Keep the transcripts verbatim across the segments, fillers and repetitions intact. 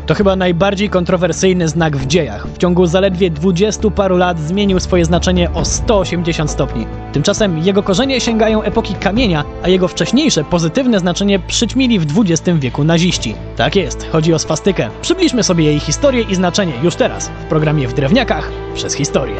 To chyba najbardziej kontrowersyjny znak w dziejach. W ciągu zaledwie dwudziestu paru lat zmienił swoje znaczenie o sto osiemdziesiąt stopni. Tymczasem jego korzenie sięgają epoki kamienia, a jego wcześniejsze pozytywne znaczenie przyćmili w dwudziestym wieku naziści. Tak jest, chodzi o swastykę. Przybliżmy sobie jej historię i znaczenie już teraz, w programie W Drewniakach przez historię.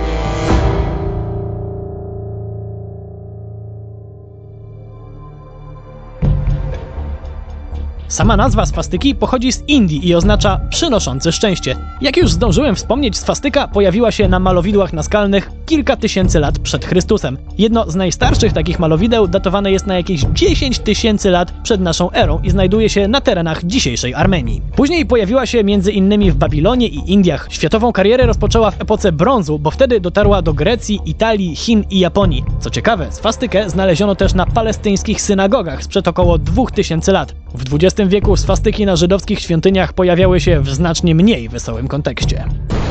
Sama nazwa swastyki pochodzi z Indii i oznacza przynoszący szczęście. Jak już zdążyłem wspomnieć, swastyka pojawiła się na malowidłach naskalnych kilka tysięcy lat przed Chrystusem. Jedno z najstarszych takich malowideł datowane jest na jakieś dziesięć tysięcy lat przed naszą erą i znajduje się na terenach dzisiejszej Armenii. Później pojawiła się między innymi w Babilonie i Indiach. Światową karierę rozpoczęła w epoce brązu, bo wtedy dotarła do Grecji, Italii, Chin i Japonii. Co ciekawe, swastykę znaleziono też na palestyńskich synagogach sprzed około dwóch tysięcy lat. W dwudziestym wieku swastyki na żydowskich świątyniach pojawiały się w znacznie mniej wesołym kontekście.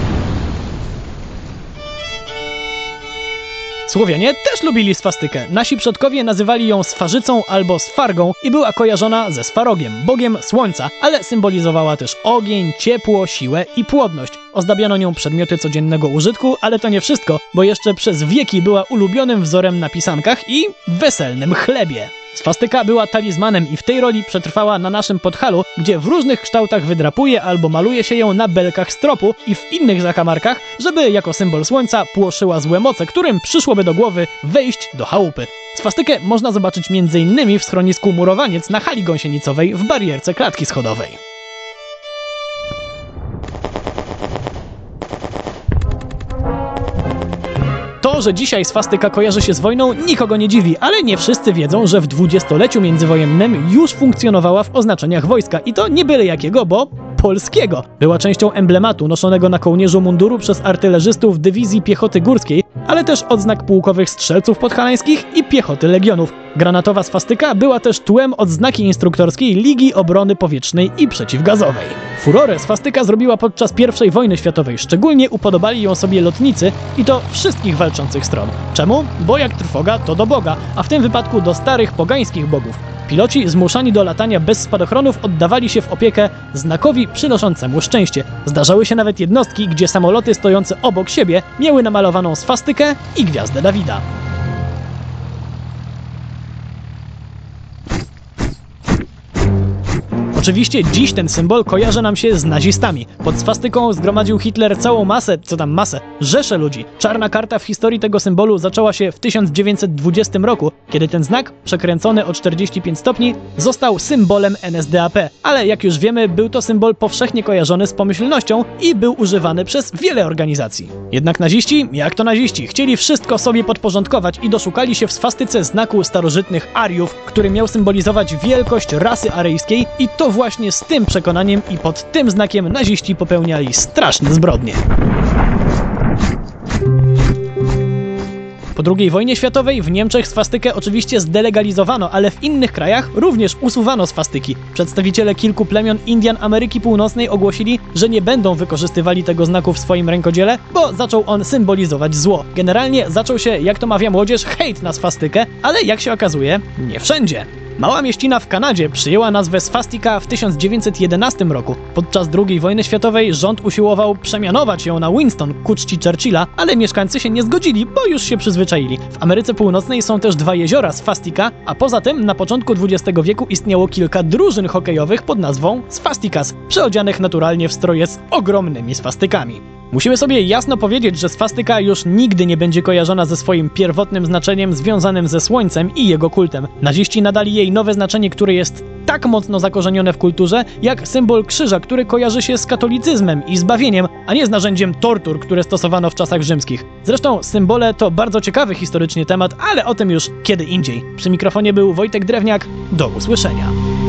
Słowianie też lubili swastykę. Nasi przodkowie nazywali ją sfarzycą albo sfargą i była kojarzona ze Sfarogiem, bogiem słońca, ale symbolizowała też ogień, ciepło, siłę i płodność. Ozdabiano nią przedmioty codziennego użytku, ale to nie wszystko, bo jeszcze przez wieki była ulubionym wzorem na pisankach i weselnym chlebie. Swastyka była talizmanem i w tej roli przetrwała na naszym Podhalu, gdzie w różnych kształtach wydrapuje albo maluje się ją na belkach stropu i w innych zakamarkach, żeby jako symbol słońca płoszyła złe moce, którym przyszłoby do głowy wejść do chałupy. Swastykę można zobaczyć między innymi w schronisku Murowaniec na hali gąsienicowej w barierce klatki schodowej. To, że dzisiaj swastyka kojarzy się z wojną, nikogo nie dziwi, ale nie wszyscy wiedzą, że w dwudziestoleciu międzywojennym już funkcjonowała w oznaczeniach wojska i to nie byle jakiego, bo polskiego. Była częścią emblematu noszonego na kołnierzu munduru przez artylerzystów Dywizji Piechoty Górskiej, ale też odznak pułkowych strzelców podhalańskich i piechoty legionów. Granatowa swastyka była też tłem odznaki instruktorskiej Ligi Obrony Powietrznej i Przeciwgazowej. Furorę swastyka zrobiła podczas pierwszej wojny światowej, szczególnie upodobali ją sobie lotnicy i to wszystkich walczących stron. Czemu? Bo jak trwoga, to do Boga, a w tym wypadku do starych pogańskich bogów. Piloci zmuszani do latania bez spadochronów oddawali się w opiekę znakowi przynoszącemu szczęście. Zdarzały się nawet jednostki, gdzie samoloty stojące obok siebie miały namalowaną swastykę i gwiazdę Dawida. Oczywiście dziś ten symbol kojarzy nam się z nazistami. Pod swastyką zgromadził Hitler całą masę, co tam masę, rzeszę ludzi. Czarna karta w historii tego symbolu zaczęła się w tysiąc dziewięćset dwudziestym roku, kiedy ten znak, przekręcony o czterdzieści pięć stopni, został symbolem N S D A P. Ale jak już wiemy, był to symbol powszechnie kojarzony z pomyślnością i był używany przez wiele organizacji. Jednak naziści, jak to naziści, chcieli wszystko sobie podporządkować i doszukali się w swastyce znaku starożytnych Ariów, który miał symbolizować wielkość rasy aryjskiej i to właśnie z tym przekonaniem i pod tym znakiem naziści popełniali straszne zbrodnie. Po drugiej wojnie światowej w Niemczech swastykę oczywiście zdelegalizowano, ale w innych krajach również usuwano swastyki. Przedstawiciele kilku plemion Indian Ameryki Północnej ogłosili, że nie będą wykorzystywali tego znaku w swoim rękodziele, bo zaczął on symbolizować zło. Generalnie zaczął się, jak to mawia młodzież, hejt na swastykę, ale jak się okazuje, nie wszędzie. Mała mieścina w Kanadzie przyjęła nazwę swastika w tysiąc dziewięćset jedenastym roku. Podczas drugiej wojny światowej rząd usiłował przemianować ją na Winston ku czci Churchilla, ale mieszkańcy się nie zgodzili, bo już się przyzwyczaili. W Ameryce Północnej są też dwa jeziora swastika, a poza tym na początku dwudziestego wieku istniało kilka drużyn hokejowych pod nazwą Swastikas, przeodzianych naturalnie w stroje z ogromnymi swastykami. Musimy sobie jasno powiedzieć, że swastyka już nigdy nie będzie kojarzona ze swoim pierwotnym znaczeniem związanym ze słońcem i jego kultem. Naziści nadali jej nowe znaczenie, które jest tak mocno zakorzenione w kulturze, jak symbol krzyża, który kojarzy się z katolicyzmem i zbawieniem, a nie z narzędziem tortur, które stosowano w czasach rzymskich. Zresztą symbole to bardzo ciekawy historycznie temat, ale o tym już kiedy indziej. Przy mikrofonie był Wojtek Drewniak. Do usłyszenia.